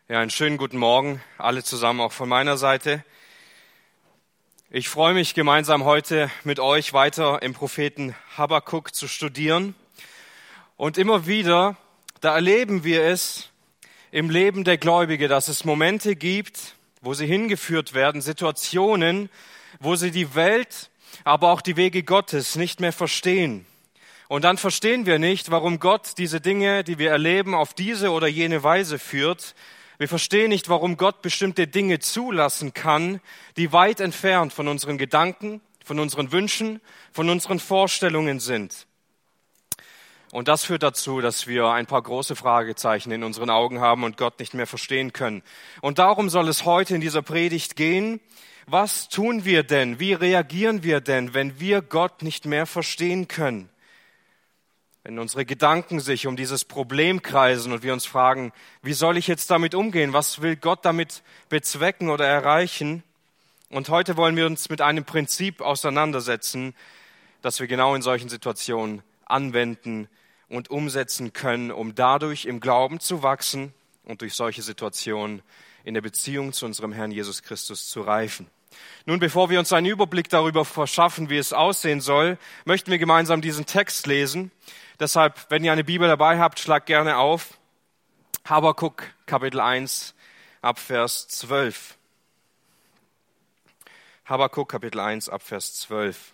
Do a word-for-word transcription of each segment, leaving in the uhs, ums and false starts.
Ja, einen schönen guten Morgen, alle zusammen, auch von meiner Seite. Ich freue mich, gemeinsam heute mit euch weiter im Propheten Habakuk zu studieren. Und immer wieder, da erleben wir es im Leben der Gläubigen, dass es Momente gibt, wo sie hingeführt werden, Situationen, wo sie die Welt, aber auch die Wege Gottes nicht mehr verstehen. Und dann verstehen wir nicht, warum Gott diese Dinge, die wir erleben, auf diese oder jene Weise führt. Wir verstehen nicht, warum Gott bestimmte Dinge zulassen kann, die weit entfernt von unseren Gedanken, von unseren Wünschen, von unseren Vorstellungen sind. Und das führt dazu, dass wir ein paar große Fragezeichen in unseren Augen haben und Gott nicht mehr verstehen können. Und darum soll es heute in dieser Predigt gehen. Was tun wir denn? Wie reagieren wir denn, wenn wir Gott nicht mehr verstehen können? Wenn unsere Gedanken sich um dieses Problem kreisen und wir uns fragen, wie soll ich jetzt damit umgehen? Was will Gott damit bezwecken oder erreichen? Und heute wollen wir uns mit einem Prinzip auseinandersetzen, das wir genau in solchen Situationen anwenden und umsetzen können, um dadurch im Glauben zu wachsen und durch solche Situationen in der Beziehung zu unserem Herrn Jesus Christus zu reifen. Nun, bevor wir uns einen Überblick darüber verschaffen, wie es aussehen soll, möchten wir gemeinsam diesen Text lesen. Deshalb, wenn ihr eine Bibel dabei habt, schlagt gerne auf. Habakuk, Kapitel eins, ab Vers zwölf. Habakuk, Kapitel eins, ab Vers zwölf.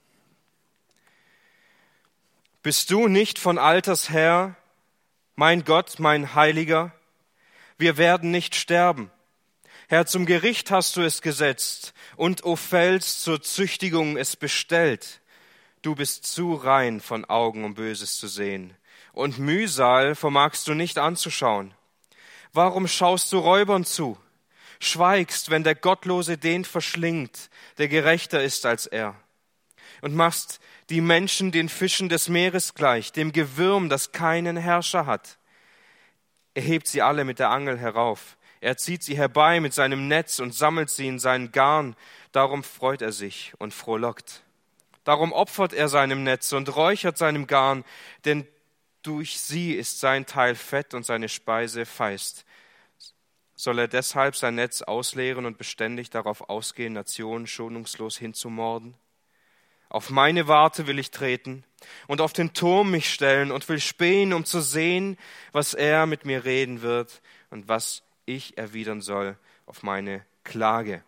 Bist du nicht von Alters her, mein Gott, mein Heiliger? Wir werden nicht sterben. Herr, zum Gericht hast du es gesetzt und, o Fels, zur Züchtigung es bestellt. Du bist zu rein von Augen, um Böses zu sehen, und Mühsal vermagst du nicht anzuschauen. Warum schaust du Räubern zu? Schweigst, wenn der Gottlose den verschlingt, der gerechter ist als er. Und machst die Menschen den Fischen des Meeres gleich, dem Gewürm, das keinen Herrscher hat. Er hebt sie alle mit der Angel herauf. Er zieht sie herbei mit seinem Netz und sammelt sie in seinen Garn. Darum freut er sich und frohlockt. Darum opfert er seinem Netz und räuchert seinem Garn, denn durch sie ist sein Teil fett und seine Speise feist. Soll er deshalb sein Netz ausleeren und beständig darauf ausgehen, Nationen schonungslos hinzumorden? Auf meine Warte will ich treten und auf den Turm mich stellen und will spähen, um zu sehen, was er mit mir reden wird und was ich erwidern soll auf meine Klage.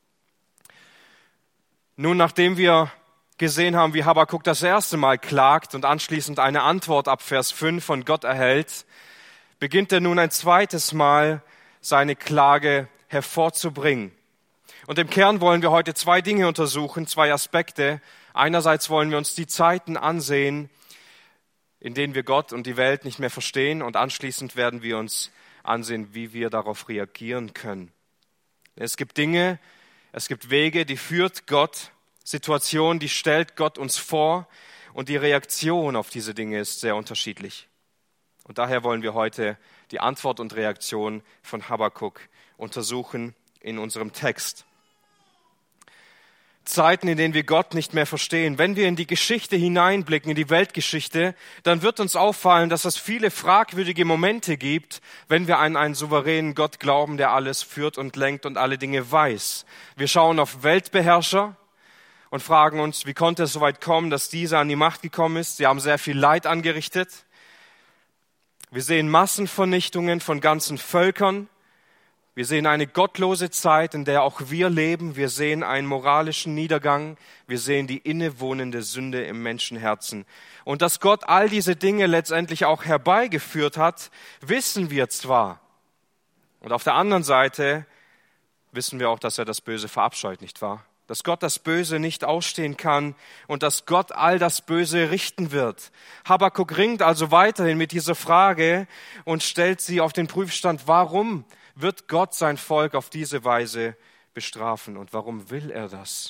Nun, nachdem wir gesehen haben, wie Habakuk das erste Mal klagt und anschließend eine Antwort ab Vers fünf von Gott erhält, beginnt er nun ein zweites Mal seine Klage hervorzubringen. Und im Kern wollen wir heute zwei Dinge untersuchen, zwei Aspekte. Einerseits wollen wir uns die Zeiten ansehen, in denen wir Gott und die Welt nicht mehr verstehen, und anschließend werden wir uns ansehen, wie wir darauf reagieren können. Es gibt Dinge, es gibt Wege, die führt Gott, Situationen, die stellt Gott uns vor, und die Reaktion auf diese Dinge ist sehr unterschiedlich. Und daher wollen wir heute die Antwort und Reaktion von Habakuk untersuchen in unserem Text. Zeiten, in denen wir Gott nicht mehr verstehen. Wenn wir in die Geschichte hineinblicken, in die Weltgeschichte, dann wird uns auffallen, dass es viele fragwürdige Momente gibt, wenn wir an einen souveränen Gott glauben, der alles führt und lenkt und alle Dinge weiß. Wir schauen auf Weltbeherrscher und fragen uns, wie konnte es so weit kommen, dass dieser an die Macht gekommen ist? Sie haben sehr viel Leid angerichtet. Wir sehen Massenvernichtungen von ganzen Völkern. Wir sehen eine gottlose Zeit, in der auch wir leben. Wir sehen einen moralischen Niedergang. Wir sehen die innewohnende Sünde im Menschenherzen. Und dass Gott all diese Dinge letztendlich auch herbeigeführt hat, wissen wir zwar. Und auf der anderen Seite wissen wir auch, dass er das Böse verabscheut, nicht wahr? Dass Gott das Böse nicht ausstehen kann und dass Gott all das Böse richten wird. Habakuk ringt also weiterhin mit dieser Frage und stellt sie auf den Prüfstand, warum wird Gott sein Volk auf diese Weise bestrafen und warum will er das?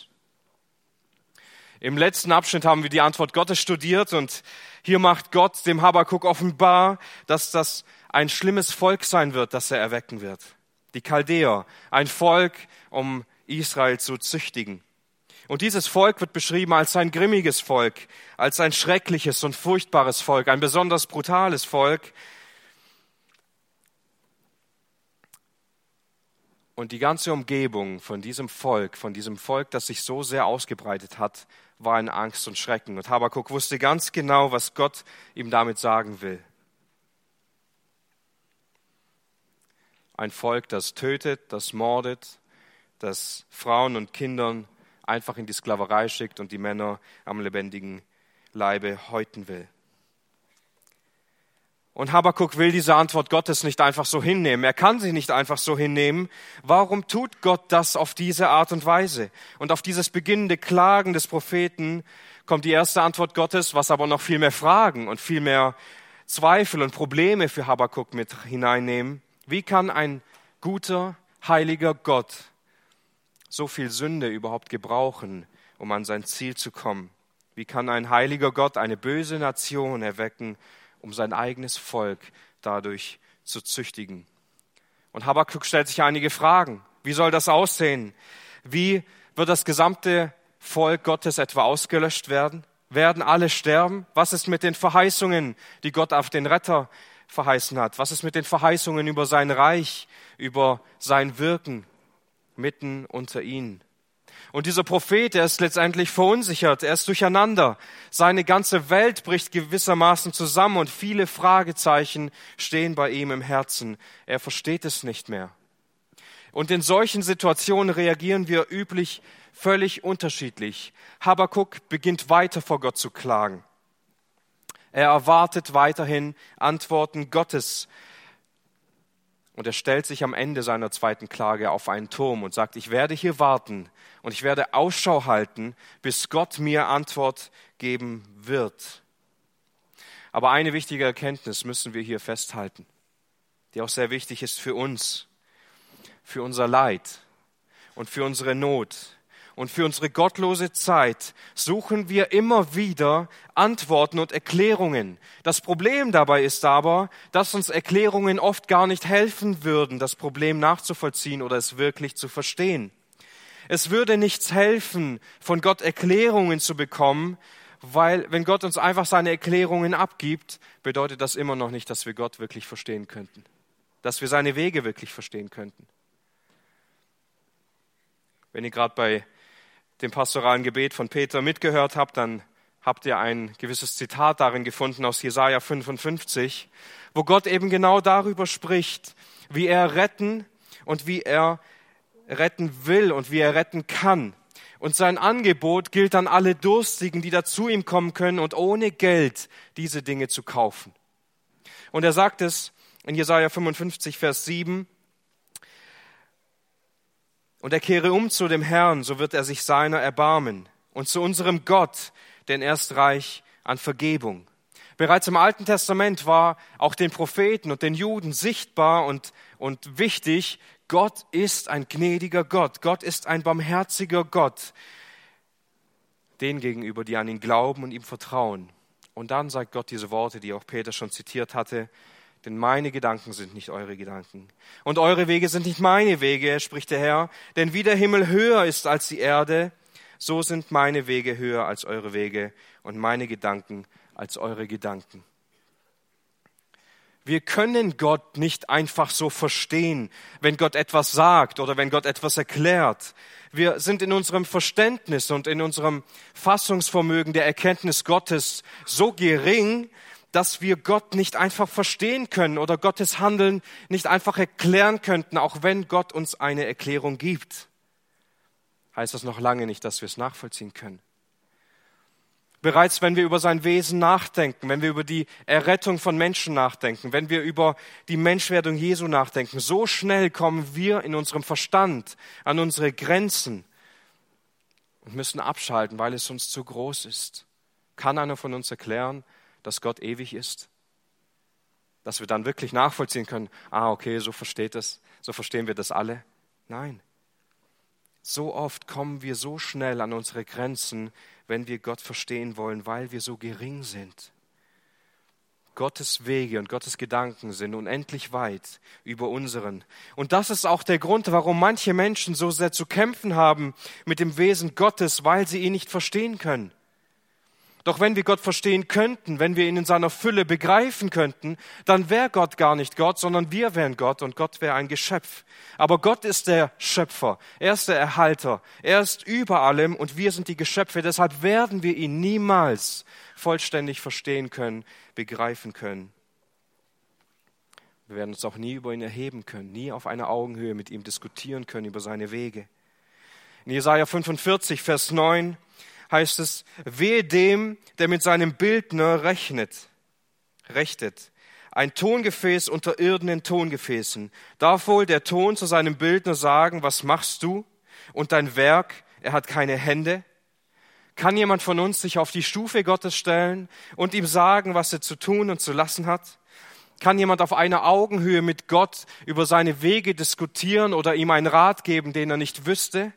Im letzten Abschnitt haben wir die Antwort Gottes studiert und hier macht Gott dem Habakuk offenbar, dass das ein schlimmes Volk sein wird, das er erwecken wird. Die Chaldäer, ein Volk, um Israel zu züchtigen. Und dieses Volk wird beschrieben als ein grimmiges Volk, als ein schreckliches und furchtbares Volk, ein besonders brutales Volk. Und die ganze Umgebung von diesem Volk, von diesem Volk, das sich so sehr ausgebreitet hat, war in Angst und Schrecken. Und Habakuk wusste ganz genau, was Gott ihm damit sagen will. Ein Volk, das tötet, das mordet, das Frauen und Kindern einfach in die Sklaverei schickt und die Männer am lebendigen Leibe häuten will. Und Habakuk will diese Antwort Gottes nicht einfach so hinnehmen. Er kann sie nicht einfach so hinnehmen. Warum tut Gott das auf diese Art und Weise? Und auf dieses beginnende Klagen des Propheten kommt die erste Antwort Gottes, was aber noch viel mehr Fragen und viel mehr Zweifel und Probleme für Habakuk mit hineinnehmen. Wie kann ein guter, heiliger Gott so viel Sünde überhaupt gebrauchen, um an sein Ziel zu kommen? Wie kann ein heiliger Gott eine böse Nation erwecken, um sein eigenes Volk dadurch zu züchtigen? Und Habakuk stellt sich einige Fragen. Wie soll das aussehen? Wie wird das gesamte Volk Gottes etwa ausgelöscht werden? Werden alle sterben? Was ist mit den Verheißungen, die Gott auf den Retter verheißen hat? Was ist mit den Verheißungen über sein Reich, über sein Wirken mitten unter ihnen? Und dieser Prophet, er ist letztendlich verunsichert, er ist durcheinander. Seine ganze Welt bricht gewissermaßen zusammen und viele Fragezeichen stehen bei ihm im Herzen. Er versteht es nicht mehr. Und in solchen Situationen reagieren wir üblich völlig unterschiedlich. Habakuk beginnt weiter vor Gott zu klagen. Er erwartet weiterhin Antworten Gottes. Und er stellt sich am Ende seiner zweiten Klage auf einen Turm und sagt, ich werde hier warten und ich werde Ausschau halten, bis Gott mir Antwort geben wird. Aber eine wichtige Erkenntnis müssen wir hier festhalten, die auch sehr wichtig ist für uns, für unser Leid und für unsere Not. Und für unsere gottlose Zeit suchen wir immer wieder Antworten und Erklärungen. Das Problem dabei ist aber, dass uns Erklärungen oft gar nicht helfen würden, das Problem nachzuvollziehen oder es wirklich zu verstehen. Es würde nichts helfen, von Gott Erklärungen zu bekommen, weil wenn Gott uns einfach seine Erklärungen abgibt, bedeutet das immer noch nicht, dass wir Gott wirklich verstehen könnten, dass wir seine Wege wirklich verstehen könnten. Wenn ihr gerade bei dem pastoralen Gebet von Peter mitgehört habt, dann habt ihr ein gewisses Zitat darin gefunden aus Jesaja fünfundfünfzig, wo Gott eben genau darüber spricht, wie er retten und wie er retten will und wie er retten kann. Und sein Angebot gilt an alle Durstigen, die da zu ihm kommen können und ohne Geld diese Dinge zu kaufen. Und er sagt es in Jesaja fünfundfünfzig, Vers sieben, und er kehre um zu dem Herrn, so wird er sich seiner erbarmen. Und zu unserem Gott, denn er ist reich an Vergebung. Bereits im Alten Testament war auch den Propheten und den Juden sichtbar und, und wichtig, Gott ist ein gnädiger Gott. Gott ist ein barmherziger Gott. Den gegenüber, die an ihn glauben und ihm vertrauen. Und dann sagt Gott diese Worte, die auch Peter schon zitiert hatte, denn meine Gedanken sind nicht eure Gedanken. Und eure Wege sind nicht meine Wege, spricht der Herr. Denn wie der Himmel höher ist als die Erde, so sind meine Wege höher als eure Wege und meine Gedanken als eure Gedanken. Wir können Gott nicht einfach so verstehen, wenn Gott etwas sagt oder wenn Gott etwas erklärt. Wir sind in unserem Verständnis und in unserem Fassungsvermögen der Erkenntnis Gottes so gering, dass wir Gott nicht einfach verstehen können oder Gottes Handeln nicht einfach erklären könnten, auch wenn Gott uns eine Erklärung gibt. Heißt das noch lange nicht, dass wir es nachvollziehen können. Bereits wenn wir über sein Wesen nachdenken, wenn wir über die Errettung von Menschen nachdenken, wenn wir über die Menschwerdung Jesu nachdenken, so schnell kommen wir in unserem Verstand an unsere Grenzen und müssen abschalten, weil es uns zu groß ist. Kann einer von uns erklären, dass Gott ewig ist? Dass wir dann wirklich nachvollziehen können, ah, okay, so versteht es, so verstehen wir das alle? Nein. So oft kommen wir so schnell an unsere Grenzen, wenn wir Gott verstehen wollen, weil wir so gering sind. Gottes Wege und Gottes Gedanken sind unendlich weit über unseren. Und das ist auch der Grund, warum manche Menschen so sehr zu kämpfen haben mit dem Wesen Gottes, weil sie ihn nicht verstehen können. Doch wenn wir Gott verstehen könnten, wenn wir ihn in seiner Fülle begreifen könnten, dann wäre Gott gar nicht Gott, sondern wir wären Gott und Gott wäre ein Geschöpf. Aber Gott ist der Schöpfer, er ist der Erhalter, er ist über allem und wir sind die Geschöpfe. Deshalb werden wir ihn niemals vollständig verstehen können, begreifen können. Wir werden uns auch nie über ihn erheben können, nie auf einer Augenhöhe mit ihm diskutieren können über seine Wege. In Jesaja fünfundvierzig, Vers neun heißt es, wehe dem, der mit seinem Bildner rechnet, rechtet. Ein Tongefäß unter irdenen Tongefäßen. Darf wohl der Ton zu seinem Bildner sagen, was machst du? Und dein Werk, er hat keine Hände? Kann jemand von uns sich auf die Stufe Gottes stellen und ihm sagen, was er zu tun und zu lassen hat? Kann jemand auf einer Augenhöhe mit Gott über seine Wege diskutieren oder ihm einen Rat geben, den er nicht wüsste?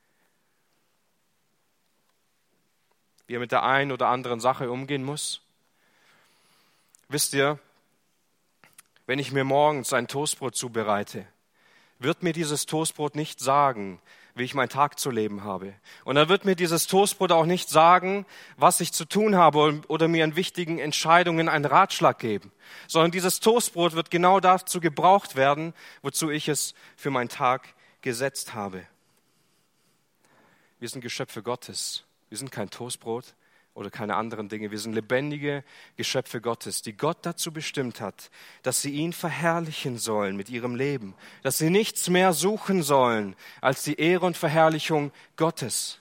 Wie er mit der einen oder anderen Sache umgehen muss. Wisst ihr, wenn ich mir morgens ein Toastbrot zubereite, wird mir dieses Toastbrot nicht sagen, wie ich meinen Tag zu leben habe. Und dann wird mir dieses Toastbrot auch nicht sagen, was ich zu tun habe oder mir in wichtigen Entscheidungen einen Ratschlag geben. Sondern dieses Toastbrot wird genau dazu gebraucht werden, wozu ich es für meinen Tag gesetzt habe. Wir sind Geschöpfe Gottes. Wir sind kein Toastbrot oder keine anderen Dinge. Wir sind lebendige Geschöpfe Gottes, die Gott dazu bestimmt hat, dass sie ihn verherrlichen sollen mit ihrem Leben, dass sie nichts mehr suchen sollen als die Ehre und Verherrlichung Gottes.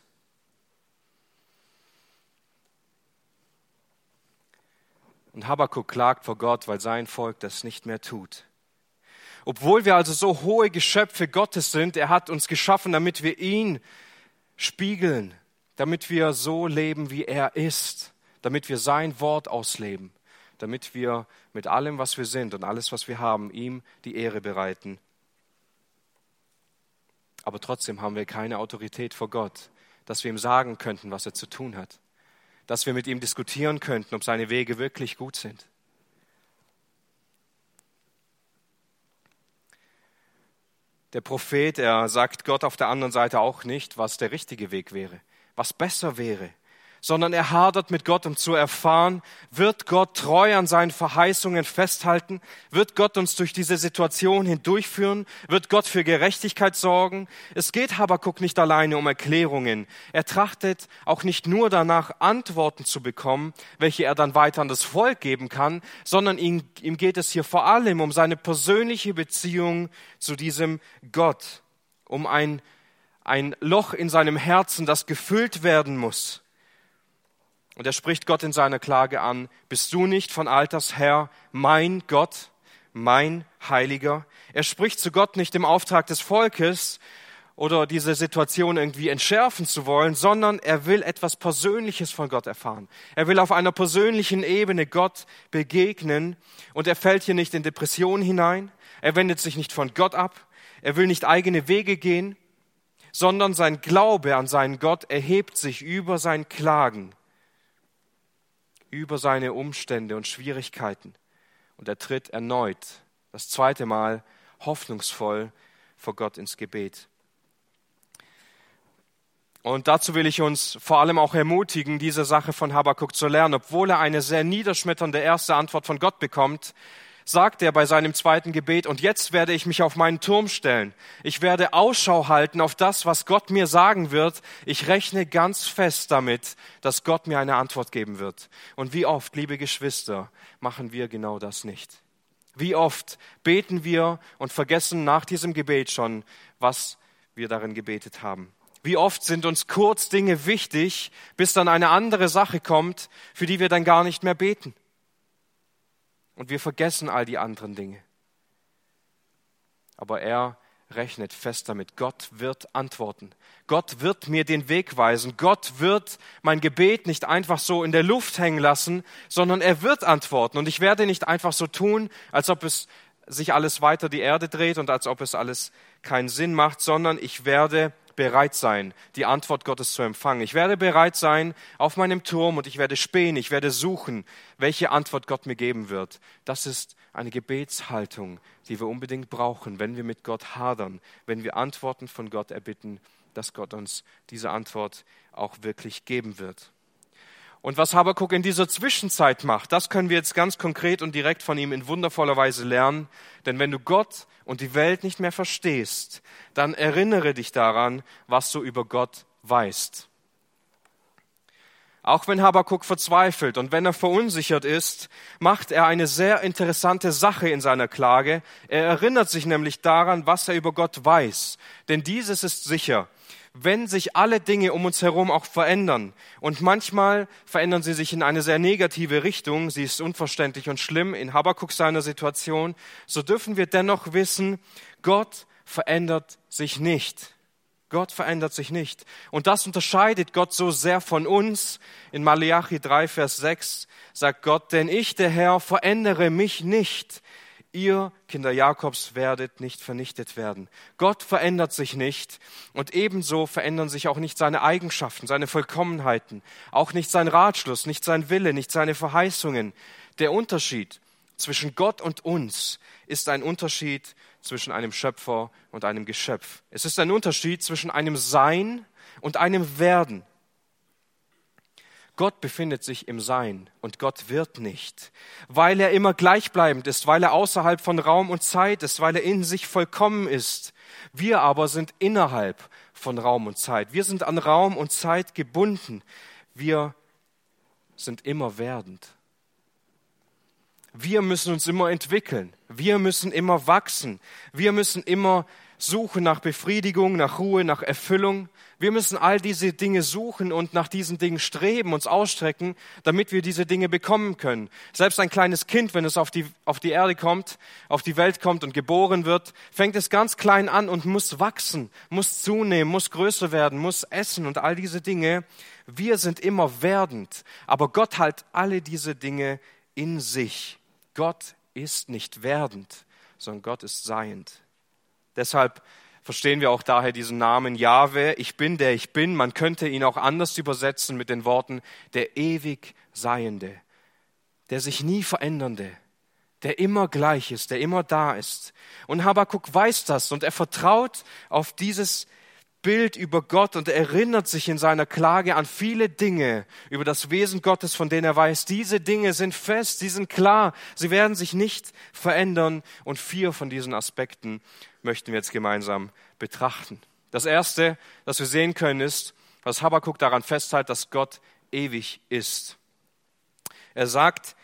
Und Habakuk klagt vor Gott, weil sein Volk das nicht mehr tut. Obwohl wir also so hohe Geschöpfe Gottes sind, er hat uns geschaffen, damit wir ihn spiegeln, damit wir so leben, wie er ist, damit wir sein Wort ausleben, damit wir mit allem, was wir sind und alles, was wir haben, ihm die Ehre bereiten. Aber trotzdem haben wir keine Autorität vor Gott, dass wir ihm sagen könnten, was er zu tun hat, dass wir mit ihm diskutieren könnten, ob seine Wege wirklich gut sind. Der Prophet, er sagt Gott auf der anderen Seite auch nicht, was der richtige Weg wäre, was besser wäre, sondern er hadert mit Gott, um zu erfahren, wird Gott treu an seinen Verheißungen festhalten? Wird Gott uns durch diese Situation hindurchführen? Wird Gott für Gerechtigkeit sorgen? Es geht Habakuk nicht alleine um Erklärungen. Er trachtet auch nicht nur danach, Antworten zu bekommen, welche er dann weiter an das Volk geben kann, sondern ihm, ihm geht es hier vor allem um seine persönliche Beziehung zu diesem Gott, um ein, ein Loch in seinem Herzen, das gefüllt werden muss. Und er spricht Gott in seiner Klage an, bist du nicht von alters her mein Gott, mein Heiliger? Er spricht zu Gott nicht im Auftrag des Volkes oder diese Situation irgendwie entschärfen zu wollen, sondern er will etwas Persönliches von Gott erfahren. Er will auf einer persönlichen Ebene Gott begegnen und er fällt hier nicht in Depression hinein, er wendet sich nicht von Gott ab, er will nicht eigene Wege gehen, sondern sein Glaube an seinen Gott erhebt sich über sein Klagen, über seine Umstände und Schwierigkeiten. Und er tritt erneut, das zweite Mal, hoffnungsvoll vor Gott ins Gebet. Und dazu will ich uns vor allem auch ermutigen, diese Sache von Habakuk zu lernen. Obwohl er eine sehr niederschmetternde erste Antwort von Gott bekommt, sagt er bei seinem zweiten Gebet, und jetzt werde ich mich auf meinen Turm stellen. Ich werde Ausschau halten auf das, was Gott mir sagen wird. Ich rechne ganz fest damit, dass Gott mir eine Antwort geben wird. Und wie oft, liebe Geschwister, machen wir genau das nicht? Wie oft beten wir und vergessen nach diesem Gebet schon, was wir darin gebetet haben? Wie oft sind uns kurz Dinge wichtig, bis dann eine andere Sache kommt, für die wir dann gar nicht mehr beten? Und wir vergessen all die anderen Dinge. Aber er rechnet fest damit. Gott wird antworten. Gott wird mir den Weg weisen. Gott wird mein Gebet nicht einfach so in der Luft hängen lassen, sondern er wird antworten. Und ich werde nicht einfach so tun, als ob es sich alles weiter die Erde dreht und als ob es alles keinen Sinn macht, sondern ich werde bereit sein, die Antwort Gottes zu empfangen. Ich werde bereit sein auf meinem Turm und ich werde spähen, ich werde suchen, welche Antwort Gott mir geben wird. Das ist eine Gebetshaltung, die wir unbedingt brauchen, wenn wir mit Gott hadern, wenn wir Antworten von Gott erbitten, dass Gott uns diese Antwort auch wirklich geben wird. Und was Habakuk in dieser Zwischenzeit macht, das können wir jetzt ganz konkret und direkt von ihm in wundervoller Weise lernen. Denn wenn du Gott und die Welt nicht mehr verstehst, dann erinnere dich daran, was du über Gott weißt. Auch wenn Habakuk verzweifelt und wenn er verunsichert ist, macht er eine sehr interessante Sache in seiner Klage. Er erinnert sich nämlich daran, was er über Gott weiß. Denn dieses ist sicher: Wenn sich alle Dinge um uns herum auch verändern, und manchmal verändern sie sich in eine sehr negative Richtung, sie ist unverständlich und schlimm in Habakuk seiner Situation, so dürfen wir dennoch wissen, Gott verändert sich nicht. Gott verändert sich nicht. Und das unterscheidet Gott so sehr von uns. In Maleachi drei, Vers sechs sagt Gott: Denn ich, der Herr, verändere mich nicht. Ihr, Kinder Jakobs, werdet nicht vernichtet werden. Gott verändert sich nicht und ebenso verändern sich auch nicht seine Eigenschaften, seine Vollkommenheiten, auch nicht sein Ratschluss, nicht sein Wille, nicht seine Verheißungen. Der Unterschied zwischen Gott und uns ist ein Unterschied zwischen einem Schöpfer und einem Geschöpf. Es ist ein Unterschied zwischen einem Sein und einem Werden. Gott befindet sich im Sein und Gott wird nicht, weil er immer gleichbleibend ist, weil er außerhalb von Raum und Zeit ist, weil er in sich vollkommen ist. Wir aber sind innerhalb von Raum und Zeit. Wir sind an Raum und Zeit gebunden. Wir sind immer werdend. Wir müssen uns immer entwickeln. Wir müssen immer wachsen. Wir müssen immer suchen nach Befriedigung, nach Ruhe, nach Erfüllung. Wir müssen all diese Dinge suchen und nach diesen Dingen streben, uns ausstrecken, damit wir diese Dinge bekommen können. Selbst ein kleines Kind, wenn es auf die, auf die Erde kommt, auf die Welt kommt und geboren wird, fängt es ganz klein an und muss wachsen, muss zunehmen, muss größer werden, muss essen und all diese Dinge. Wir sind immer werdend, aber Gott hat alle diese Dinge in sich. Gott ist nicht werdend, sondern Gott ist seiend. Deshalb verstehen wir auch daher diesen Namen Jahwe, ich bin, der ich bin. Man könnte ihn auch anders übersetzen mit den Worten der ewig Seiende, der sich nie verändernde, der immer gleich ist, der immer da ist. Und Habakuk weiß das und er vertraut auf dieses Bild über Gott und er erinnert sich in seiner Klage an viele Dinge über das Wesen Gottes, von denen er weiß, diese Dinge sind fest, sie sind klar, sie werden sich nicht verändern. Und vier von diesen Aspekten möchten wir jetzt gemeinsam betrachten. Das erste, das wir sehen können, ist, was Habakuk daran festhält, dass Gott ewig ist. Er sagt: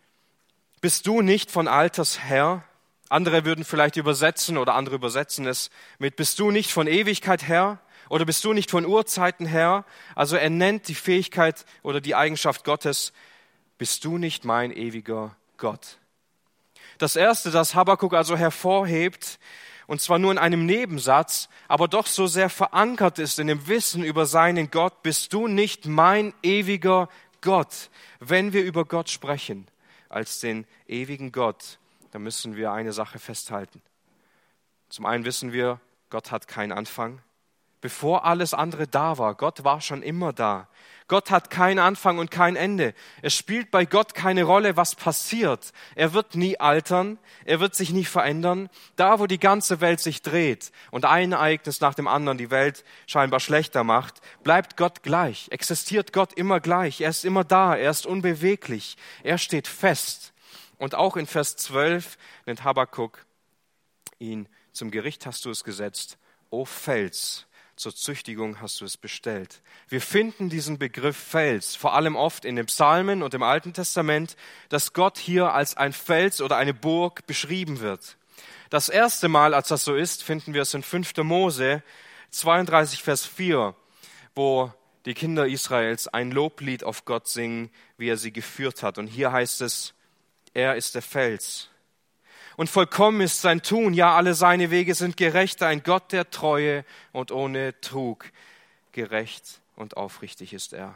Bist du nicht von Alters Herr? Andere würden vielleicht übersetzen oder andere übersetzen es mit: Bist du nicht von Ewigkeit Herr? Oder bist du nicht von Urzeiten Herr? Also er nennt die Fähigkeit oder die Eigenschaft Gottes: Bist du nicht mein ewiger Gott? Das erste, das Habakuk also hervorhebt, und zwar nur in einem Nebensatz, aber doch so sehr verankert ist in dem Wissen über seinen Gott: Bist du nicht mein ewiger Gott? Wenn wir über Gott sprechen als den ewigen Gott, dann müssen wir eine Sache festhalten. Zum einen wissen wir, Gott hat keinen Anfang. Bevor alles andere da war, Gott war schon immer da. Gott hat keinen Anfang und kein Ende. Es spielt bei Gott keine Rolle, was passiert. Er wird nie altern, er wird sich nie verändern. Da, wo die ganze Welt sich dreht und ein Ereignis nach dem anderen die Welt scheinbar schlechter macht, bleibt Gott gleich, existiert Gott immer gleich. Er ist immer da, er ist unbeweglich, er steht fest. Und auch in Vers zwölf nennt Habakuk ihn: Zum Gericht hast du es gesetzt, o Fels, zur Züchtigung hast du es bestellt. Wir finden diesen Begriff Fels vor allem oft in den Psalmen und im Alten Testament, dass Gott hier als ein Fels oder eine Burg beschrieben wird. Das erste Mal, als das so ist, finden wir es in fünfter Mose zweiunddreißig, Vers vier, wo die Kinder Israels ein Loblied auf Gott singen, wie er sie geführt hat. Und hier heißt es: Er ist der Fels. Und vollkommen ist sein Tun, ja, alle seine Wege sind gerecht, ein Gott der Treue und ohne Trug. Gerecht und aufrichtig ist er.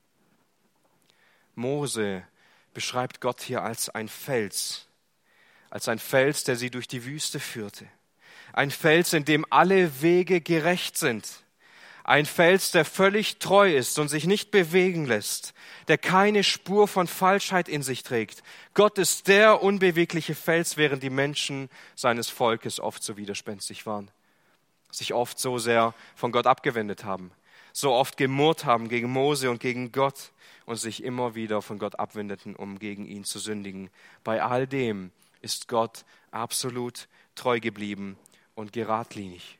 Mose beschreibt Gott hier als ein Fels, als ein Fels, der sie durch die Wüste führte. Ein Fels, in dem alle Wege gerecht sind. Ein Fels, der völlig treu ist und sich nicht bewegen lässt, der keine Spur von Falschheit in sich trägt. Gott ist der unbewegliche Fels, während die Menschen seines Volkes oft so widerspenstig waren, sich oft so sehr von Gott abgewendet haben. so oft gemurrt haben gegen Mose und gegen Gott und sich immer wieder von Gott abwendeten, um gegen ihn zu sündigen. Bei all dem ist Gott absolut treu geblieben und geradlinig.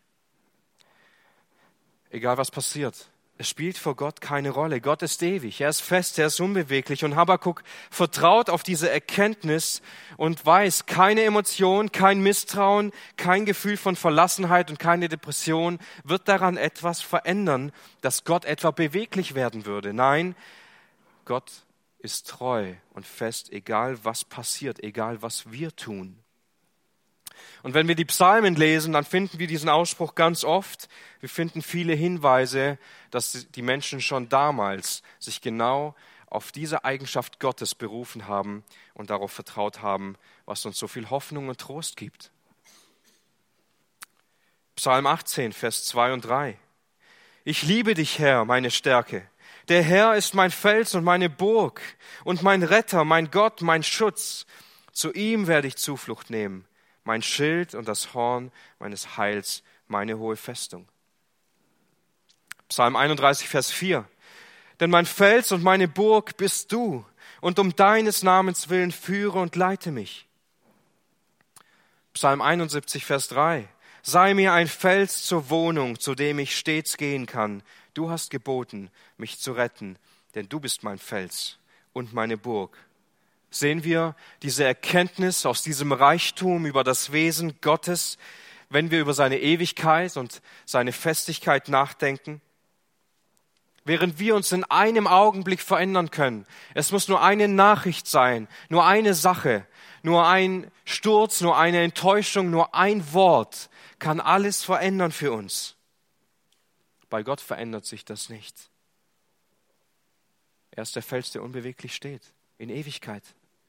Egal was passiert, es spielt vor Gott keine Rolle. Gott ist ewig, er ist fest, er ist unbeweglich. Und Habakuk vertraut auf diese Erkenntnis und weiß, keine Emotion, kein Misstrauen, kein Gefühl von Verlassenheit und keine Depression wird daran etwas verändern, dass Gott etwa beweglich werden würde. Nein, Gott ist treu und fest, egal was passiert, egal was wir tun. Und wenn wir die Psalmen lesen, dann finden wir diesen Ausspruch ganz oft. Wir finden viele Hinweise, dass die Menschen schon damals sich genau auf diese Eigenschaft Gottes berufen haben und darauf vertraut haben, was uns so viel Hoffnung und Trost gibt. Psalm achtzehn, Vers zwei und drei. Ich liebe dich, Herr, meine Stärke. Der Herr ist mein Fels und meine Burg und mein Retter, mein Gott, mein Schutz. Zu ihm werde ich Zuflucht nehmen. Mein Schild und das Horn meines Heils, meine hohe Festung. Psalm einunddreißig, Vers vier. Denn mein Fels und meine Burg bist du, und um deines Namens willen führe und leite mich. Psalm einundsiebzig, Vers drei. Sei mir ein Fels zur Wohnung, zu dem ich stets gehen kann. Du hast geboten, mich zu retten, denn du bist mein Fels und meine Burg. Sehen wir diese Erkenntnis aus diesem Reichtum über das Wesen Gottes, wenn wir über seine Ewigkeit und seine Festigkeit nachdenken? Während wir uns in einem Augenblick verändern können, es muss nur eine Nachricht sein, nur eine Sache, nur ein Sturz, nur eine Enttäuschung, nur ein Wort kann alles verändern für uns. Bei Gott verändert sich das nicht. Er ist der Fels, der unbeweglich steht, in Ewigkeit.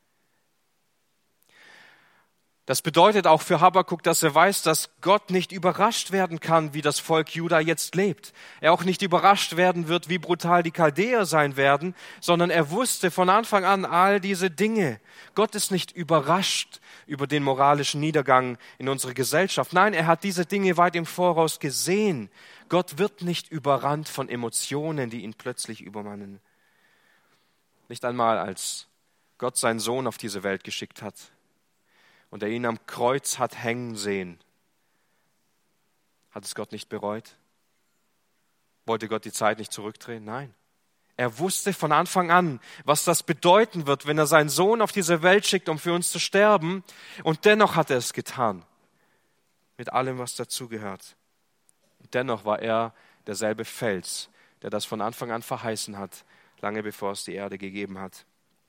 Das bedeutet auch für Habakuk, dass er weiß, dass Gott nicht überrascht werden kann, wie das Volk Juda jetzt lebt. Er auch nicht überrascht werden wird, wie brutal die Chaldäer sein werden, sondern er wusste von Anfang an all diese Dinge. Gott ist nicht überrascht über den moralischen Niedergang in unserer Gesellschaft. Nein, er hat diese Dinge weit im Voraus gesehen. Gott wird nicht überrannt von Emotionen, die ihn plötzlich übermannen. Nicht einmal, als Gott seinen Sohn auf diese Welt geschickt hat und er ihn am Kreuz hat hängen sehen, hat es Gott nicht bereut? Wollte Gott die Zeit nicht zurückdrehen? Nein. Er wusste von Anfang an, was das bedeuten wird, wenn er seinen Sohn auf diese Welt schickt, um für uns zu sterben. Und dennoch hat er es getan. Mit allem, was dazugehört. Und dennoch war er derselbe Fels, der das von Anfang an verheißen hat, lange bevor es die Erde gegeben hat.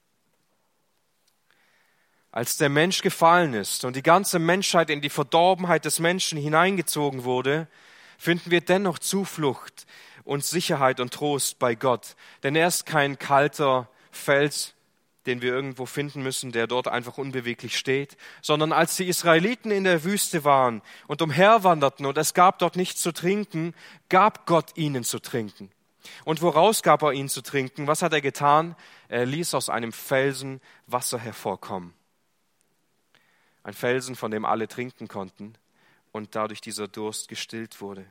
Als der Mensch gefallen ist und die ganze Menschheit in die Verdorbenheit des Menschen hineingezogen wurde, finden wir dennoch Zuflucht und Sicherheit und Trost bei Gott. Denn er ist kein kalter Fels, den wir irgendwo finden müssen, der dort einfach unbeweglich steht, sondern als die Israeliten in der Wüste waren und umherwanderten und es gab dort nichts zu trinken, gab Gott ihnen zu trinken. Und woraus gab er ihnen zu trinken? Was hat er getan? Er ließ aus einem Felsen Wasser hervorkommen. Ein Felsen, von dem alle trinken konnten und dadurch dieser Durst gestillt wurde.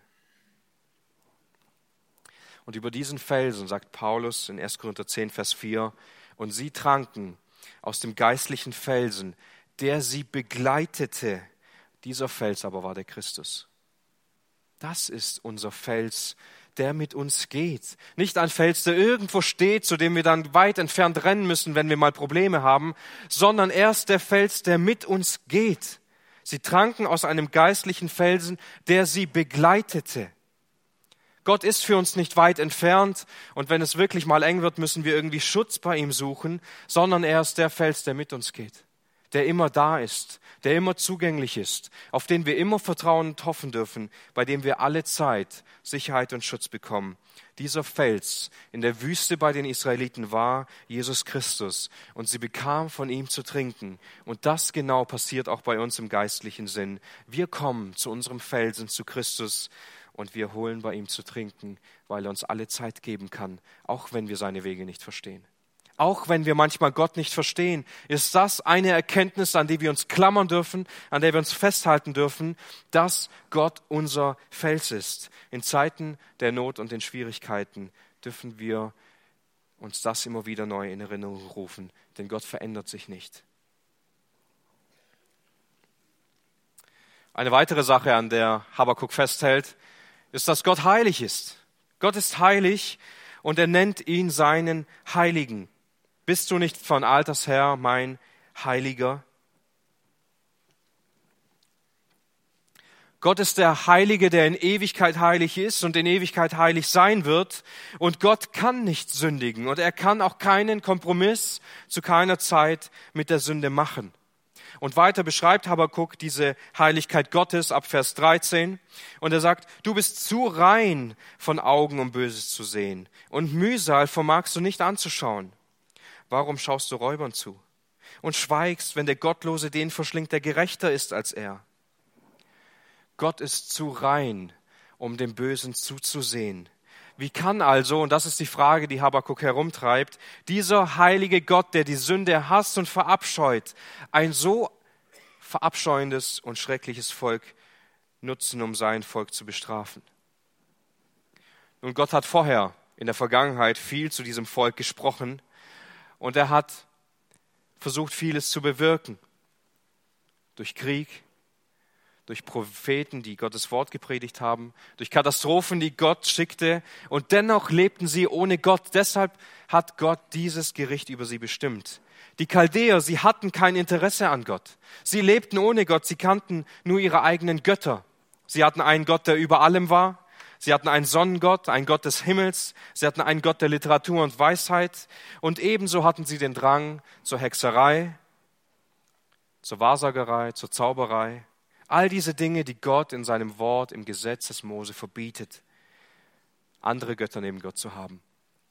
Und über diesen Felsen sagt Paulus in erster Korinther zehn, Vers vier, und sie tranken aus dem geistlichen Felsen, der sie begleitete. Dieser Fels aber war der Christus. Das ist unser Fels, der mit uns geht. Nicht ein Fels, der irgendwo steht, zu dem wir dann weit entfernt rennen müssen, wenn wir mal Probleme haben, sondern er ist der Fels, der mit uns geht. Sie tranken aus einem geistlichen Felsen, der sie begleitete. Gott ist für uns nicht weit entfernt und wenn es wirklich mal eng wird, müssen wir irgendwie Schutz bei ihm suchen, sondern er ist der Fels, der mit uns geht, der immer da ist, der immer zugänglich ist, auf den wir immer vertrauen und hoffen dürfen, bei dem wir alle Zeit Sicherheit und Schutz bekommen. Dieser Fels in der Wüste bei den Israeliten war Jesus Christus und sie bekamen von ihm zu trinken. Und das genau passiert auch bei uns im geistlichen Sinn. Wir kommen zu unserem Felsen, zu Christus und wir holen bei ihm zu trinken, weil er uns alle Zeit geben kann, auch wenn wir seine Wege nicht verstehen. Auch wenn wir manchmal Gott nicht verstehen, ist das eine Erkenntnis, an die wir uns klammern dürfen, an der wir uns festhalten dürfen, dass Gott unser Fels ist. In Zeiten der Not und den Schwierigkeiten dürfen wir uns das immer wieder neu in Erinnerung rufen, denn Gott verändert sich nicht. Eine weitere Sache, an der Habakuk festhält, ist, dass Gott heilig ist. Gott ist heilig und er nennt ihn seinen Heiligen. Bist du nicht von alters her mein Heiliger? Gott ist der Heilige, der in Ewigkeit heilig ist und in Ewigkeit heilig sein wird. Und Gott kann nicht sündigen und er kann auch keinen Kompromiss zu keiner Zeit mit der Sünde machen. Und weiter beschreibt Habakuk diese Heiligkeit Gottes ab Vers dreizehn. Und er sagt, du bist zu rein von Augen, um Böses zu sehen. Und Mühsal vermagst du nicht anzuschauen. Warum schaust du Räubern zu und schweigst, wenn der Gottlose den verschlingt, der gerechter ist als er? Gott ist zu rein, um dem Bösen zuzusehen. Wie kann also, und das ist die Frage, die Habakuk herumtreibt, dieser heilige Gott, der die Sünde hasst und verabscheut, ein so verabscheuendes und schreckliches Volk nutzen, um sein Volk zu bestrafen? Nun, Gott hat vorher in der Vergangenheit viel zu diesem Volk gesprochen und er hat versucht, vieles zu bewirken. Durch Krieg, durch Propheten, die Gottes Wort gepredigt haben, durch Katastrophen, die Gott schickte. Und dennoch lebten sie ohne Gott. Deshalb hat Gott dieses Gericht über sie bestimmt. Die Chaldäer, sie hatten kein Interesse an Gott. Sie lebten ohne Gott. Sie kannten nur ihre eigenen Götter. Sie hatten einen Gott, der über allem war. Sie hatten einen Sonnengott, einen Gott des Himmels. Sie hatten einen Gott der Literatur und Weisheit. Und ebenso hatten sie den Drang zur Hexerei, zur Wahrsagerei, zur Zauberei. All diese Dinge, die Gott in seinem Wort, im Gesetz des Mose verbietet, andere Götter neben Gott zu haben.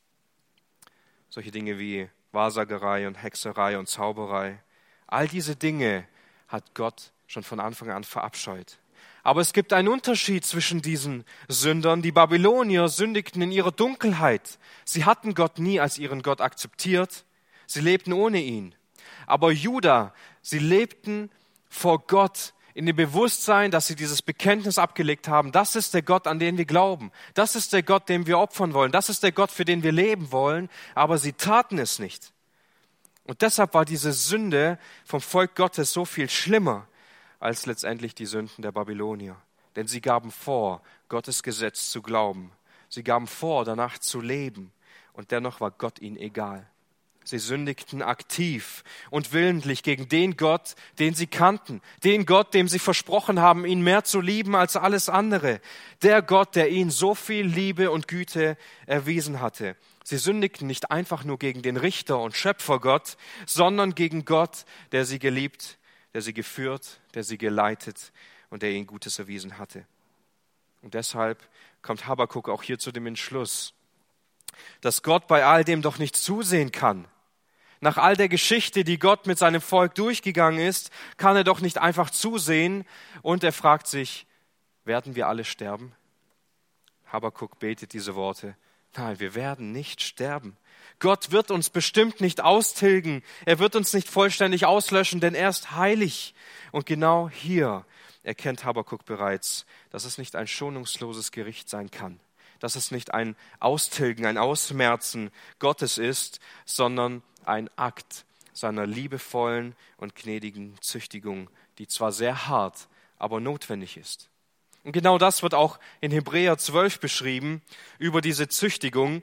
Solche Dinge wie Wahrsagerei und Hexerei und Zauberei. All diese Dinge hat Gott schon von Anfang an verabscheut. Aber es gibt einen Unterschied zwischen diesen Sündern. Die Babylonier sündigten in ihrer Dunkelheit. Sie hatten Gott nie als ihren Gott akzeptiert. Sie lebten ohne ihn. Aber Juda, sie lebten vor Gott in dem Bewusstsein, dass sie dieses Bekenntnis abgelegt haben. Das ist der Gott, an den wir glauben. Das ist der Gott, dem wir opfern wollen. Das ist der Gott, für den wir leben wollen. Aber sie taten es nicht. Und deshalb war diese Sünde vom Volk Gottes so viel schlimmer als letztendlich die Sünden der Babylonier. Denn sie gaben vor, Gottes Gesetz zu glauben. Sie gaben vor, danach zu leben. Und dennoch war Gott ihnen egal. Sie sündigten aktiv und willentlich gegen den Gott, den sie kannten. Den Gott, dem sie versprochen haben, ihn mehr zu lieben als alles andere. Der Gott, der ihnen so viel Liebe und Güte erwiesen hatte. Sie sündigten nicht einfach nur gegen den Richter und Schöpfergott, sondern gegen Gott, der sie geliebt, der sie geführt, der sie geleitet und der ihnen Gutes erwiesen hatte. Und deshalb kommt Habakuk auch hier zu dem Entschluss, dass Gott bei all dem doch nicht zusehen kann. Nach all der Geschichte, die Gott mit seinem Volk durchgegangen ist, kann er doch nicht einfach zusehen. Und er fragt sich, werden wir alle sterben? Habakuk betet diese Worte. Nein, wir werden nicht sterben. Gott wird uns bestimmt nicht austilgen. Er wird uns nicht vollständig auslöschen, denn er ist heilig. Und genau hier erkennt Habakuk bereits, dass es nicht ein schonungsloses Gericht sein kann. Dass es nicht ein Austilgen, ein Ausmerzen Gottes ist, sondern ein Akt seiner liebevollen und gnädigen Züchtigung, die zwar sehr hart, aber notwendig ist. Und genau das wird auch in Hebräer zwölf beschrieben, über diese Züchtigung.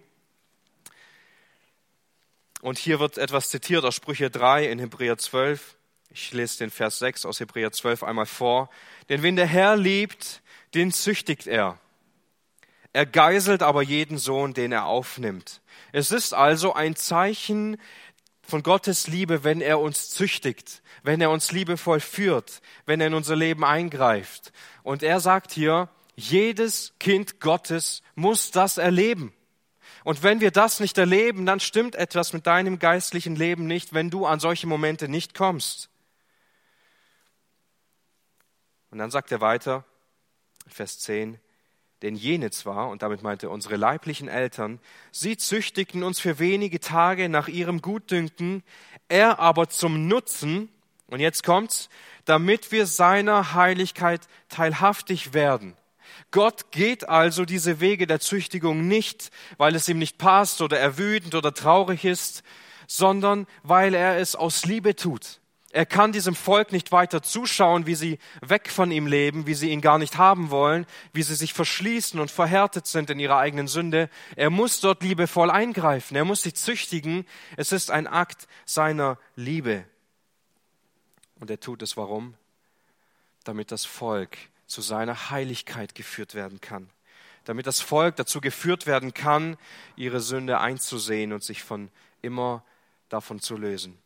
Und hier wird etwas zitiert aus Sprüche drei in Hebräer zwölf. Ich lese den Vers sechs aus Hebräer zwölf einmal vor. Denn wen der Herr liebt, den züchtigt er. Er geißelt aber jeden Sohn, den er aufnimmt. Es ist also ein Zeichen von Gottes Liebe, wenn er uns züchtigt, wenn er uns liebevoll führt, wenn er in unser Leben eingreift. Und er sagt hier, jedes Kind Gottes muss das erleben. Und wenn wir das nicht erleben, dann stimmt etwas mit deinem geistlichen Leben nicht, wenn du an solche Momente nicht kommst. Und dann sagt er weiter, Vers zehn, Denn jene zwar, und damit meinte er unsere leiblichen Eltern, sie züchtigten uns für wenige Tage nach ihrem Gutdünken, er aber zum Nutzen, und jetzt kommt's, damit wir seiner Heiligkeit teilhaftig werden. Gott geht also diese Wege der Züchtigung nicht, weil es ihm nicht passt oder er wütend oder traurig ist, sondern weil er es aus Liebe tut. Er kann diesem Volk nicht weiter zuschauen, wie sie weg von ihm leben, wie sie ihn gar nicht haben wollen, wie sie sich verschließen und verhärtet sind in ihrer eigenen Sünde. Er muss dort liebevoll eingreifen, er muss sie züchtigen. Es ist ein Akt seiner Liebe. Und er tut es warum? Damit das Volk zu seiner Heiligkeit geführt werden kann. Damit das Volk dazu geführt werden kann, ihre Sünde einzusehen und sich von immer davon zu lösen.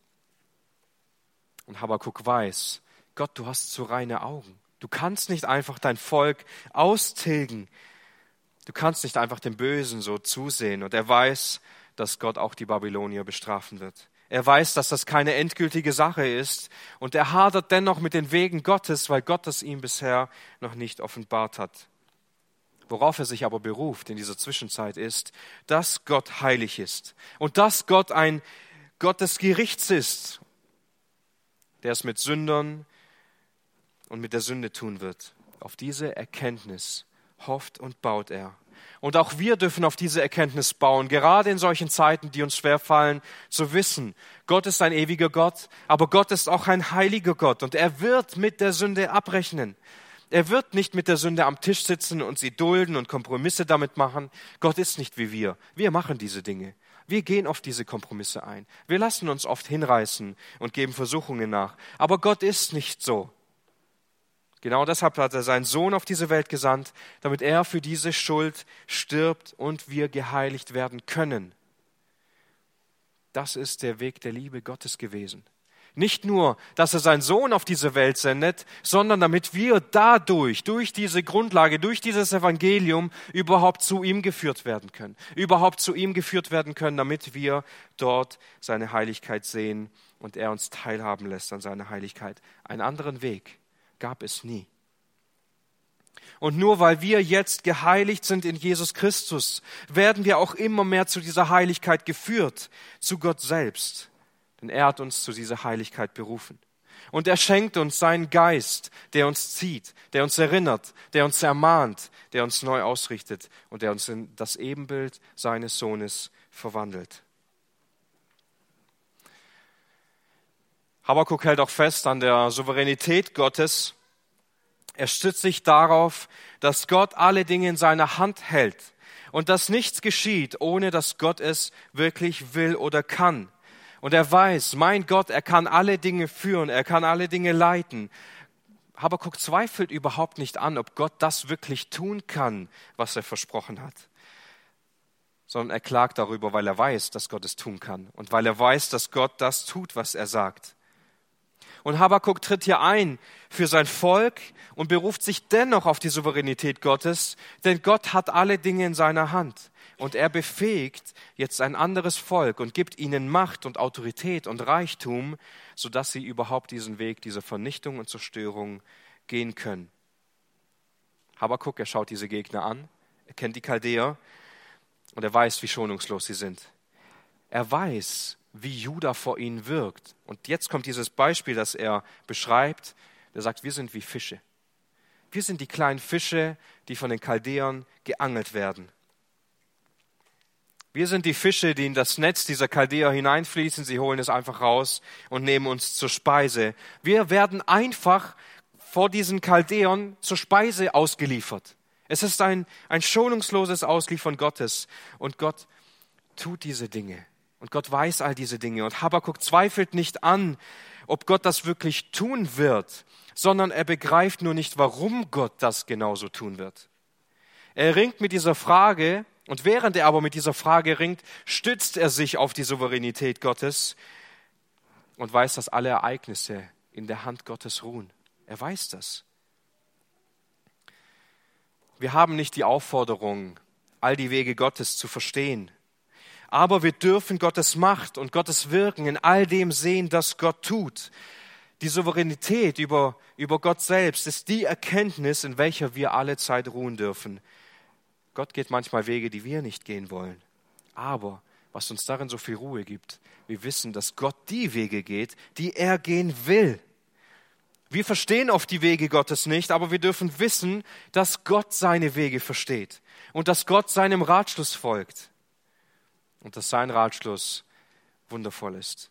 Und Habakuk weiß, Gott, du hast so reine Augen. Du kannst nicht einfach dein Volk austilgen. Du kannst nicht einfach dem Bösen so zusehen. Und er weiß, dass Gott auch die Babylonier bestrafen wird. Er weiß, dass das keine endgültige Sache ist. Und er hadert dennoch mit den Wegen Gottes, weil Gott es ihm bisher noch nicht offenbart hat. Worauf er sich aber beruft in dieser Zwischenzeit ist, dass Gott heilig ist. Und dass Gott ein Gott des Gerichts ist, der es mit Sündern und mit der Sünde tun wird. Auf diese Erkenntnis hofft und baut er. Und auch wir dürfen auf diese Erkenntnis bauen, gerade in solchen Zeiten, die uns schwerfallen, zu wissen, Gott ist ein ewiger Gott, aber Gott ist auch ein heiliger Gott und er wird mit der Sünde abrechnen. Er wird nicht mit der Sünde am Tisch sitzen und sie dulden und Kompromisse damit machen. Gott ist nicht wie wir. Wir machen diese Dinge. Wir gehen auf diese Kompromisse ein. Wir lassen uns oft hinreißen und geben Versuchungen nach. Aber Gott ist nicht so. Genau deshalb hat er seinen Sohn auf diese Welt gesandt, damit er für diese Schuld stirbt und wir geheiligt werden können. Das ist der Weg der Liebe Gottes gewesen. Nicht nur, dass er seinen Sohn auf diese Welt sendet, sondern damit wir dadurch, durch diese Grundlage, durch dieses Evangelium überhaupt zu ihm geführt werden können. Überhaupt zu ihm geführt werden können, damit wir dort seine Heiligkeit sehen und er uns teilhaben lässt an seiner Heiligkeit. Einen anderen Weg gab es nie. Und nur weil wir jetzt geheiligt sind in Jesus Christus, werden wir auch immer mehr zu dieser Heiligkeit geführt, zu Gott selbst. Denn er hat uns zu dieser Heiligkeit berufen. Und er schenkt uns seinen Geist, der uns zieht, der uns erinnert, der uns ermahnt, der uns neu ausrichtet und der uns in das Ebenbild seines Sohnes verwandelt. Habakuk hält auch fest an der Souveränität Gottes. Er stützt sich darauf, dass Gott alle Dinge in seiner Hand hält und dass nichts geschieht, ohne dass Gott es wirklich will oder kann. Und er weiß, mein Gott, er kann alle Dinge führen, er kann alle Dinge leiten. Habakuk zweifelt überhaupt nicht an, ob Gott das wirklich tun kann, was er versprochen hat. Sondern er klagt darüber, weil er weiß, dass Gott es tun kann. Und weil er weiß, dass Gott das tut, was er sagt. Und Habakuk tritt hier ein für sein Volk und beruft sich dennoch auf die Souveränität Gottes, denn Gott hat alle Dinge in seiner Hand. Und er befähigt jetzt ein anderes Volk und gibt ihnen Macht und Autorität und Reichtum, sodass sie überhaupt diesen Weg dieser Vernichtung und Zerstörung gehen können. Habakuk, er schaut diese Gegner an, er kennt die Chaldäer und er weiß, wie schonungslos sie sind. Er weiß, wie Juda vor ihnen wirkt. Und jetzt kommt dieses Beispiel, das er beschreibt. Er sagt, wir sind wie Fische. Wir sind die kleinen Fische, die von den Chaldäern geangelt werden. Wir sind die Fische, die in das Netz dieser Chaldäer hineinfließen. Sie holen es einfach raus und nehmen uns zur Speise. Wir werden einfach vor diesen Chaldäern zur Speise ausgeliefert. Es ist ein, ein schonungsloses Ausliefern Gottes. Und Gott tut diese Dinge. Und Gott weiß all diese Dinge. Und Habakuk zweifelt nicht an, ob Gott das wirklich tun wird, sondern er begreift nur nicht, warum Gott das genauso tun wird. Er ringt mit dieser Frage, und während er aber mit dieser Frage ringt, stützt er sich auf die Souveränität Gottes und weiß, dass alle Ereignisse in der Hand Gottes ruhen. Er weiß das. Wir haben nicht die Aufforderung, all die Wege Gottes zu verstehen. Aber wir dürfen Gottes Macht und Gottes Wirken in all dem sehen, das Gott tut. Die Souveränität über, über Gott selbst ist die Erkenntnis, in welcher wir alle Zeit ruhen dürfen. Gott geht manchmal Wege, die wir nicht gehen wollen. Aber was uns darin so viel Ruhe gibt, wir wissen, dass Gott die Wege geht, die er gehen will. Wir verstehen oft die Wege Gottes nicht, aber wir dürfen wissen, dass Gott seine Wege versteht und dass Gott seinem Ratschluss folgt und dass sein Ratschluss wundervoll ist.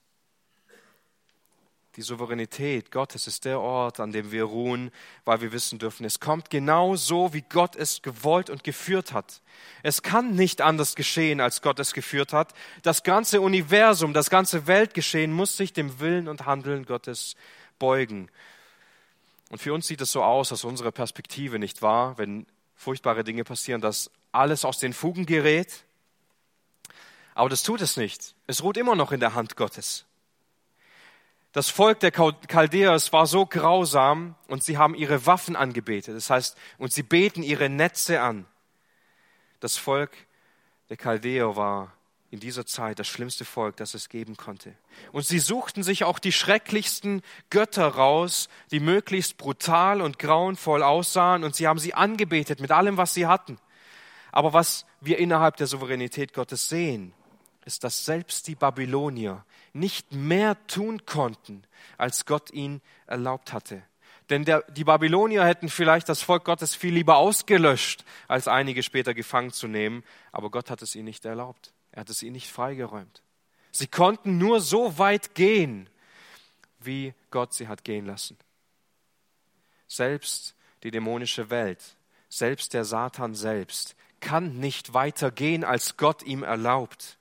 Die Souveränität Gottes ist der Ort, an dem wir ruhen, weil wir wissen dürfen, es kommt genau so, wie Gott es gewollt und geführt hat. Es kann nicht anders geschehen, als Gott es geführt hat. Das ganze Universum, das ganze Weltgeschehen muss sich dem Willen und Handeln Gottes beugen. Und für uns sieht es so aus, aus unserer Perspektive, nicht wahr, wenn furchtbare Dinge passieren, dass alles aus den Fugen gerät. Aber das tut es nicht. Es ruht immer noch in der Hand Gottes. Das Volk der Chaldäer, es war so grausam und sie haben ihre Waffen angebetet. Das heißt, und sie beten ihre Netze an. Das Volk der Chaldäer war in dieser Zeit das schlimmste Volk, das es geben konnte. Und sie suchten sich auch die schrecklichsten Götter raus, die möglichst brutal und grauenvoll aussahen, und sie haben sie angebetet mit allem, was sie hatten. Aber was wir innerhalb der Souveränität Gottes sehen, ist, dass selbst die Babylonier nicht mehr tun konnten, als Gott ihnen erlaubt hatte. Denn der, die Babylonier hätten vielleicht das Volk Gottes viel lieber ausgelöscht, als einige später gefangen zu nehmen, aber Gott hat es ihnen nicht erlaubt. Er hat es ihnen nicht freigeräumt. Sie konnten nur so weit gehen, wie Gott sie hat gehen lassen. Selbst die dämonische Welt, selbst der Satan selbst, kann nicht weiter gehen, als Gott ihm erlaubt.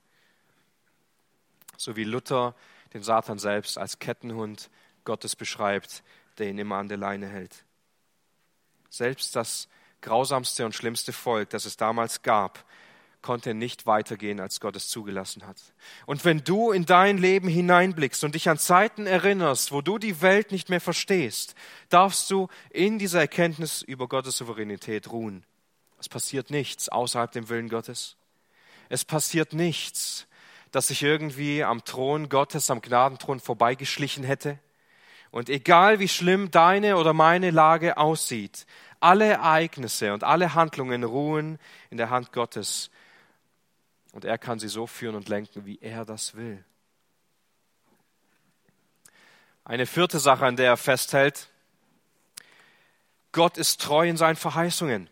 So wie Luther den Satan selbst als Kettenhund Gottes beschreibt, der ihn immer an der Leine hält. Selbst das grausamste und schlimmste Volk, das es damals gab, konnte nicht weitergehen, als Gott es zugelassen hat. Und wenn du in dein Leben hineinblickst und dich an Zeiten erinnerst, wo du die Welt nicht mehr verstehst, darfst du in dieser Erkenntnis über Gottes Souveränität ruhen. Es passiert nichts außerhalb dem Willen Gottes. Es passiert nichts, das sich irgendwie am Thron Gottes, am Gnadenthron vorbeigeschlichen hätte. Und egal wie schlimm deine oder meine Lage aussieht, alle Ereignisse und alle Handlungen ruhen in der Hand Gottes. Und er kann sie so führen und lenken, wie er das will. Eine vierte Sache, an der er festhält: Gott ist treu in seinen Verheißungen.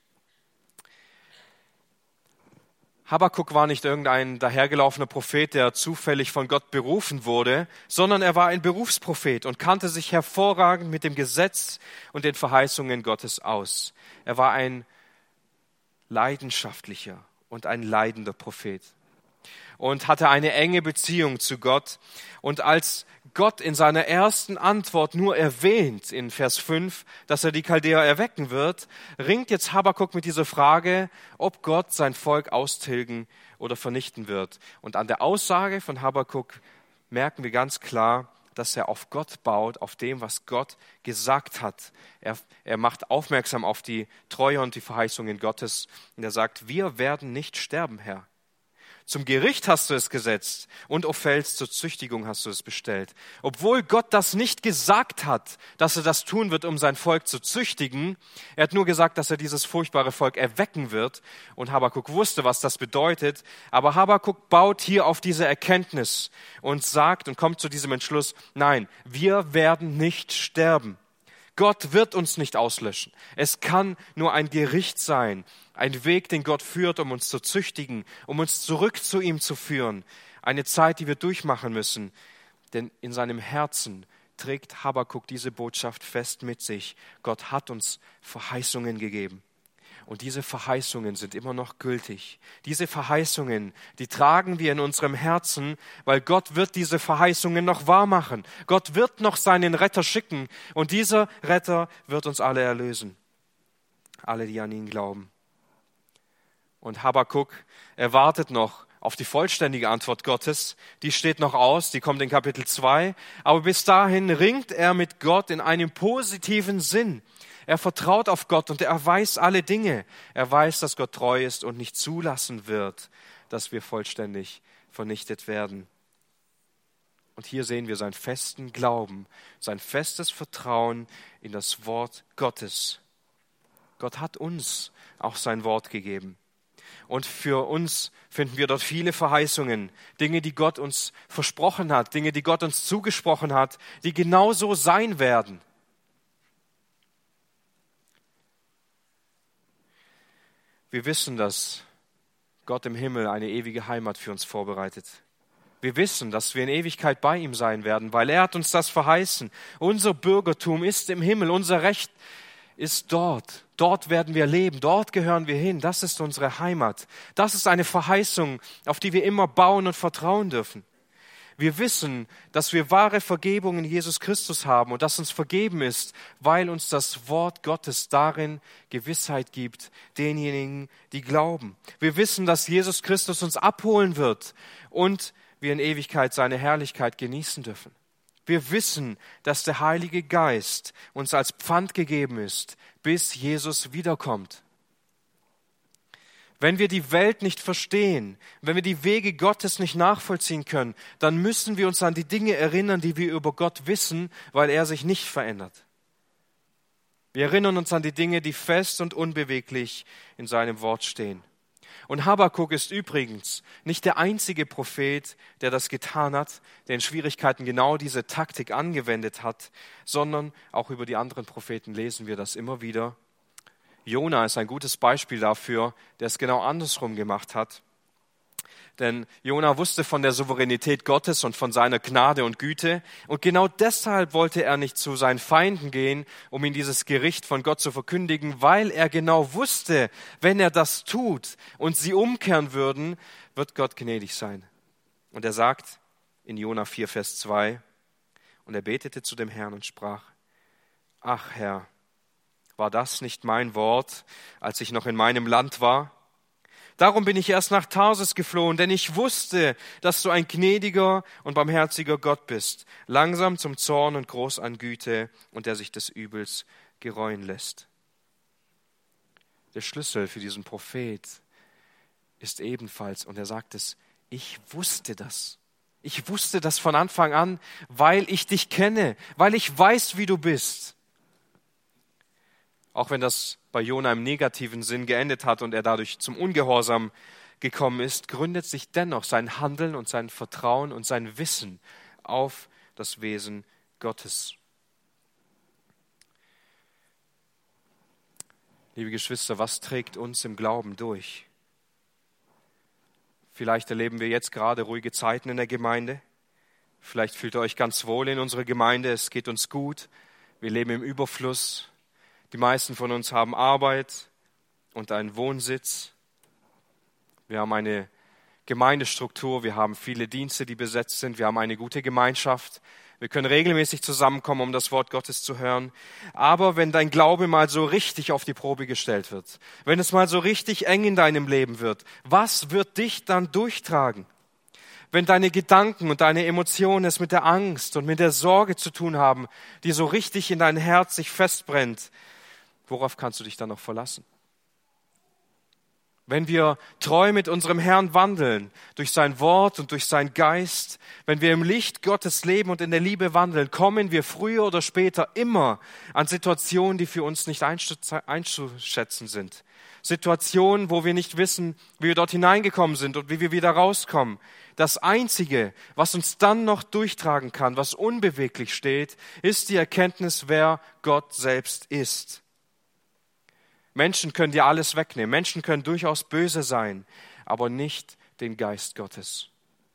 Habakuk war nicht irgendein dahergelaufener Prophet, der zufällig von Gott berufen wurde, sondern er war ein Berufsprophet und kannte sich hervorragend mit dem Gesetz und den Verheißungen Gottes aus. Er war ein leidenschaftlicher und ein leidender Prophet und hatte eine enge Beziehung zu Gott. Und als Gott in seiner ersten Antwort nur erwähnt in Vers fünf, dass er die Chaldäer erwecken wird, ringt jetzt Habakuk mit dieser Frage, ob Gott sein Volk austilgen oder vernichten wird. Und an der Aussage von Habakuk merken wir ganz klar, dass er auf Gott baut, auf dem, was Gott gesagt hat. Er, er macht aufmerksam auf die Treue und die Verheißungen Gottes. Und er sagt, wir werden nicht sterben, Herr. Zum Gericht hast du es gesetzt und Ophels zur Züchtigung hast du es bestellt. Obwohl Gott das nicht gesagt hat, dass er das tun wird, um sein Volk zu züchtigen. Er hat nur gesagt, dass er dieses furchtbare Volk erwecken wird. Und Habakuk wusste, was das bedeutet. Aber Habakuk baut hier auf diese Erkenntnis und sagt und kommt zu diesem Entschluss, nein, wir werden nicht sterben. Gott wird uns nicht auslöschen. Es kann nur ein Gericht sein, ein Weg, den Gott führt, um uns zu züchtigen, um uns zurück zu ihm zu führen. Eine Zeit, die wir durchmachen müssen. Denn in seinem Herzen trägt Habakuk diese Botschaft fest mit sich. Gott hat uns Verheißungen gegeben. Und diese Verheißungen sind immer noch gültig. Diese Verheißungen, die tragen wir in unserem Herzen, weil Gott wird diese Verheißungen noch wahr machen. Gott wird noch seinen Retter schicken und dieser Retter wird uns alle erlösen. Alle, die an ihn glauben. Und Habakuk erwartet noch auf die vollständige Antwort Gottes. Die steht noch aus, die kommt in Kapitel zwei. Aber bis dahin ringt er mit Gott in einem positiven Sinn. Er vertraut auf Gott und er weiß alle Dinge. Er weiß, dass Gott treu ist und nicht zulassen wird, dass wir vollständig vernichtet werden. Und hier sehen wir seinen festen Glauben, sein festes Vertrauen in das Wort Gottes. Gott hat uns auch sein Wort gegeben. Und für uns finden wir dort viele Verheißungen, Dinge, die Gott uns versprochen hat, Dinge, die Gott uns zugesprochen hat, die genauso sein werden. Wir wissen, dass Gott im Himmel eine ewige Heimat für uns vorbereitet. Wir wissen, dass wir in Ewigkeit bei ihm sein werden, weil er hat uns das verheißen. Unser Bürgertum ist im Himmel, unser Recht ist dort. Dort werden wir leben, dort gehören wir hin. Das ist unsere Heimat. Das ist eine Verheißung, auf die wir immer bauen und vertrauen dürfen. Wir wissen, dass wir wahre Vergebung in Jesus Christus haben und dass uns vergeben ist, weil uns das Wort Gottes darin Gewissheit gibt, denjenigen, die glauben. Wir wissen, dass Jesus Christus uns abholen wird und wir in Ewigkeit seine Herrlichkeit genießen dürfen. Wir wissen, dass der Heilige Geist uns als Pfand gegeben ist, bis Jesus wiederkommt. Wenn wir die Welt nicht verstehen, wenn wir die Wege Gottes nicht nachvollziehen können, dann müssen wir uns an die Dinge erinnern, die wir über Gott wissen, weil er sich nicht verändert. Wir erinnern uns an die Dinge, die fest und unbeweglich in seinem Wort stehen. Und Habakuk ist übrigens nicht der einzige Prophet, der das getan hat, der in Schwierigkeiten genau diese Taktik angewendet hat, sondern auch über die anderen Propheten lesen wir das immer wieder. Jona ist ein gutes Beispiel dafür, der es genau andersrum gemacht hat. Denn Jona wusste von der Souveränität Gottes und von seiner Gnade und Güte. Und genau deshalb wollte er nicht zu seinen Feinden gehen, um ihnen dieses Gericht von Gott zu verkündigen, weil er genau wusste, wenn er das tut und sie umkehren würden, wird Gott gnädig sein. Und er sagt in Jona vier, Vers zwei, und er betete zu dem Herrn und sprach, ach Herr, war das nicht mein Wort, als ich noch in meinem Land war? Darum bin ich erst nach Tarsis geflohen, denn ich wusste, dass du ein gnädiger und barmherziger Gott bist, langsam zum Zorn und groß an Güte und der sich des Übels gereuen lässt. Der Schlüssel für diesen Prophet ist ebenfalls, und er sagt es, ich wusste das. Ich wusste das von Anfang an, weil ich dich kenne, weil ich weiß, wie du bist. Auch wenn das bei Jona im negativen Sinn geendet hat und er dadurch zum Ungehorsam gekommen ist, gründet sich dennoch sein Handeln und sein Vertrauen und sein Wissen auf das Wesen Gottes. Liebe Geschwister, was trägt uns im Glauben durch? Vielleicht erleben wir jetzt gerade ruhige Zeiten in der Gemeinde. Vielleicht fühlt ihr euch ganz wohl in unserer Gemeinde, es geht uns gut, wir leben im Überfluss. Die meisten von uns haben Arbeit und einen Wohnsitz. Wir haben eine Gemeindestruktur, wir haben viele Dienste, die besetzt sind, wir haben eine gute Gemeinschaft. Wir können regelmäßig zusammenkommen, um das Wort Gottes zu hören. Aber wenn dein Glaube mal so richtig auf die Probe gestellt wird, wenn es mal so richtig eng in deinem Leben wird, was wird dich dann durchtragen? Wenn deine Gedanken und deine Emotionen es mit der Angst und mit der Sorge zu tun haben, die so richtig in dein Herz sich festbrennt, worauf kannst du dich dann noch verlassen? Wenn wir treu mit unserem Herrn wandeln, durch sein Wort und durch seinen Geist, wenn wir im Licht Gottes leben und in der Liebe wandeln, kommen wir früher oder später immer an Situationen, die für uns nicht einzuschätzen sind. Situationen, wo wir nicht wissen, wie wir dort hineingekommen sind und wie wir wieder rauskommen. Das Einzige, was uns dann noch durchtragen kann, was unbeweglich steht, ist die Erkenntnis, wer Gott selbst ist. Menschen können dir alles wegnehmen. Menschen können durchaus böse sein, aber nicht den Geist Gottes.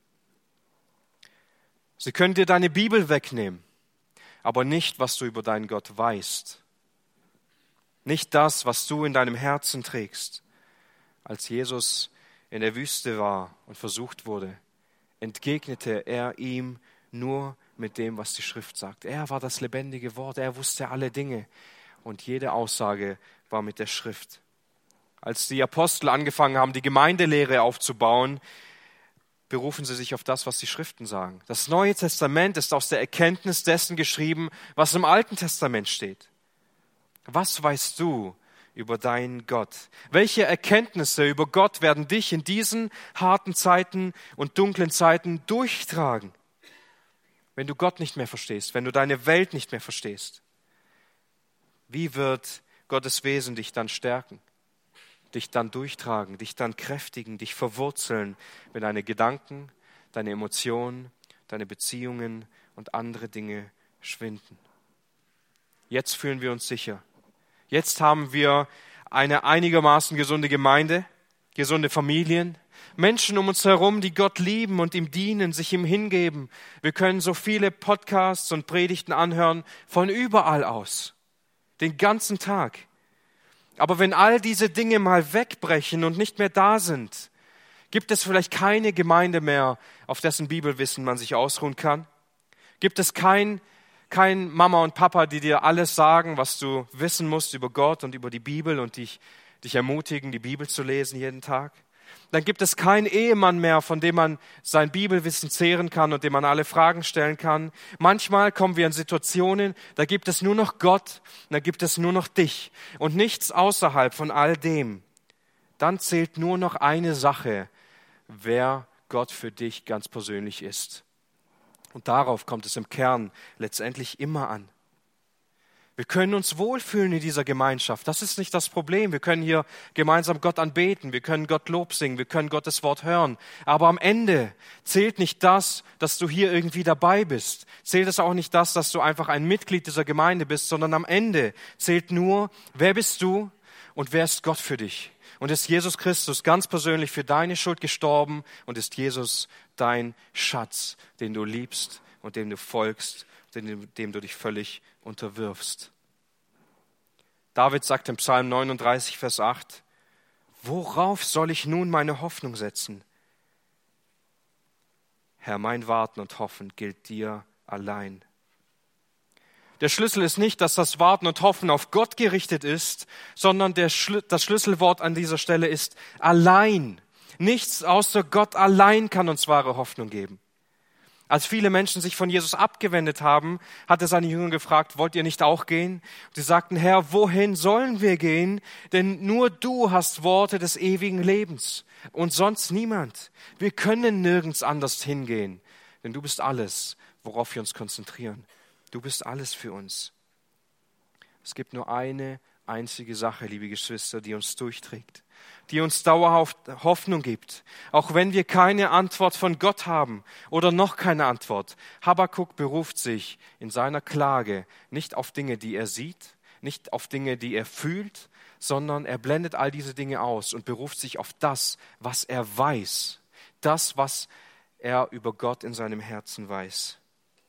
Sie können dir deine Bibel wegnehmen, aber nicht, was du über deinen Gott weißt. Nicht das, was du in deinem Herzen trägst. Als Jesus in der Wüste war und versucht wurde, entgegnete er ihm nur mit dem, was die Schrift sagt. Er war das lebendige Wort, er wusste alle Dinge. Und jede Aussage war mit der Schrift. Als die Apostel angefangen haben, die Gemeindelehre aufzubauen, berufen sie sich auf das, was die Schriften sagen. Das Neue Testament ist aus der Erkenntnis dessen geschrieben, was im Alten Testament steht. Was weißt du über deinen Gott? Welche Erkenntnisse über Gott werden dich in diesen harten Zeiten und dunklen Zeiten durchtragen? Wenn du Gott nicht mehr verstehst, wenn du deine Welt nicht mehr verstehst. Wie wird Gottes Wesen dich dann stärken? dich dann durchtragen, dich dann kräftigen, dich verwurzeln, wenn deine Gedanken, deine Emotionen, deine Beziehungen und andere Dinge schwinden. Jetzt fühlen wir uns sicher. Jetzt haben wir eine einigermaßen gesunde Gemeinde, gesunde Familien, Menschen um uns herum, die Gott lieben und ihm dienen, sich ihm hingeben. Wir können so viele Podcasts und Predigten anhören von überall aus, den ganzen Tag. Aber wenn all diese Dinge mal wegbrechen und nicht mehr da sind, gibt es vielleicht keine Gemeinde mehr, auf dessen Bibelwissen man sich ausruhen kann? Gibt es kein, kein Mama und Papa, die dir alles sagen, was du wissen musst über Gott und über die Bibel und dich, dich ermutigen, die Bibel zu lesen jeden Tag? Dann gibt es keinen Ehemann mehr, von dem man sein Bibelwissen zehren kann und dem man alle Fragen stellen kann. Manchmal kommen wir in Situationen, da gibt es nur noch Gott, da gibt es nur noch dich und nichts außerhalb von all dem. Dann zählt nur noch eine Sache, wer Gott für dich ganz persönlich ist. Und darauf kommt es im Kern letztendlich immer an. Wir können uns wohlfühlen in dieser Gemeinschaft. Das ist nicht das Problem. Wir können hier gemeinsam Gott anbeten. Wir können Gott Lob singen. Wir können Gottes Wort hören. Aber am Ende zählt nicht das, dass du hier irgendwie dabei bist. Zählt es auch nicht das, dass du einfach ein Mitglied dieser Gemeinde bist, sondern am Ende zählt nur, wer bist du und wer ist Gott für dich? Und ist Jesus Christus ganz persönlich für deine Schuld gestorben und ist Jesus dein Schatz, den du liebst und dem du folgst, dem, dem du dich völlig unterwirfst. David sagt im Psalm neununddreißig, Vers acht, worauf soll ich nun meine Hoffnung setzen? Herr, mein Warten und Hoffen gilt dir allein. Der Schlüssel ist nicht, dass das Warten und Hoffen auf Gott gerichtet ist, sondern der Schl- das Schlüsselwort an dieser Stelle ist allein. Nichts außer Gott allein kann uns wahre Hoffnung geben. Als viele Menschen sich von Jesus abgewendet haben, hat er seine Jünger gefragt, wollt ihr nicht auch gehen? Sie sagten, Herr, wohin sollen wir gehen? Denn nur du hast Worte des ewigen Lebens und sonst niemand. Wir können nirgends anders hingehen, denn du bist alles, worauf wir uns konzentrieren. Du bist alles für uns. Es gibt nur eine einzige Sache, liebe Geschwister, die uns durchträgt, die uns dauerhaft Hoffnung gibt, auch wenn wir keine Antwort von Gott haben oder noch keine Antwort. Habakuk beruft sich in seiner Klage nicht auf Dinge, die er sieht, nicht auf Dinge, die er fühlt, sondern er blendet all diese Dinge aus und beruft sich auf das, was er weiß, das, was er über Gott in seinem Herzen weiß.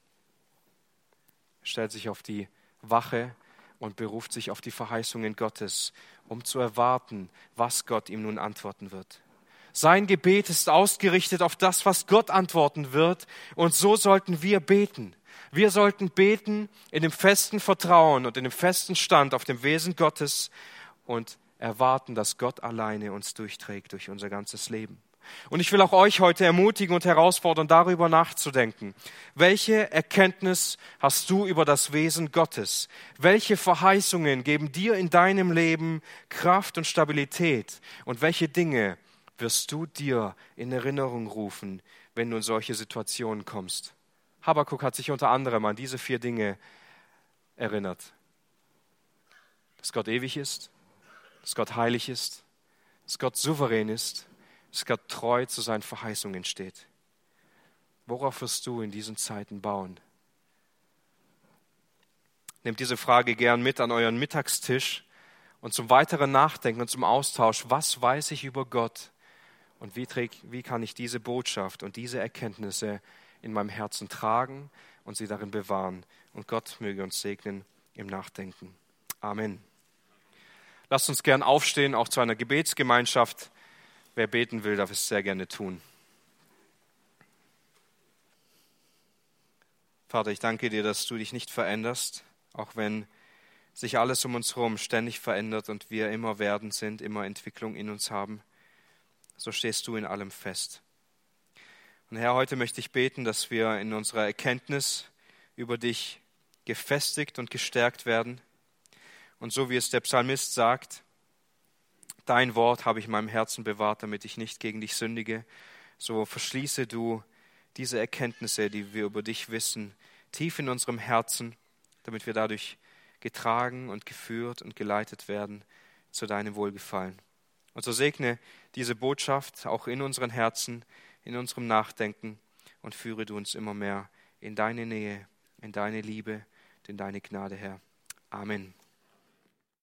Er stellt sich auf die Wache und beruft sich auf die Verheißungen Gottes, um zu erwarten, was Gott ihm nun antworten wird. Sein Gebet ist ausgerichtet auf das, was Gott antworten wird, und so sollten wir beten. Wir sollten beten in dem festen Vertrauen und in dem festen Stand auf dem Wesen Gottes und erwarten, dass Gott alleine uns durchträgt durch unser ganzes Leben. Und ich will auch euch heute ermutigen und herausfordern, darüber nachzudenken. Welche Erkenntnis hast du über das Wesen Gottes? Welche Verheißungen geben dir in deinem Leben Kraft und Stabilität? Und welche Dinge wirst du dir in Erinnerung rufen, wenn du in solche Situationen kommst? Habakuk hat sich unter anderem an diese vier Dinge erinnert. Dass Gott ewig ist, dass Gott heilig ist, dass Gott souverän ist, dass Gott treu zu seinen Verheißungen steht. Worauf wirst du in diesen Zeiten bauen? Nehmt diese Frage gern mit an euren Mittagstisch und zum weiteren Nachdenken und zum Austausch. Was weiß ich über Gott? Und wie, träg, wie kann ich diese Botschaft und diese Erkenntnisse in meinem Herzen tragen und sie darin bewahren? Und Gott möge uns segnen im Nachdenken. Amen. Lasst uns gern aufstehen, auch zu einer Gebetsgemeinschaft. Wer beten will, darf es sehr gerne tun. Vater, ich danke dir, dass du dich nicht veränderst, auch wenn sich alles um uns herum ständig verändert und wir immer werdend sind, immer Entwicklung in uns haben. So stehst du in allem fest. Und Herr, heute möchte ich beten, dass wir in unserer Erkenntnis über dich gefestigt und gestärkt werden. Und so wie es der Psalmist sagt, dein Wort habe ich in meinem Herzen bewahrt, damit ich nicht gegen dich sündige. So verschließe du diese Erkenntnisse, die wir über dich wissen, tief in unserem Herzen, damit wir dadurch getragen und geführt und geleitet werden zu deinem Wohlgefallen. Und so segne diese Botschaft auch in unseren Herzen, in unserem Nachdenken und führe du uns immer mehr in deine Nähe, in deine Liebe, in deine Gnade, Herr. Amen.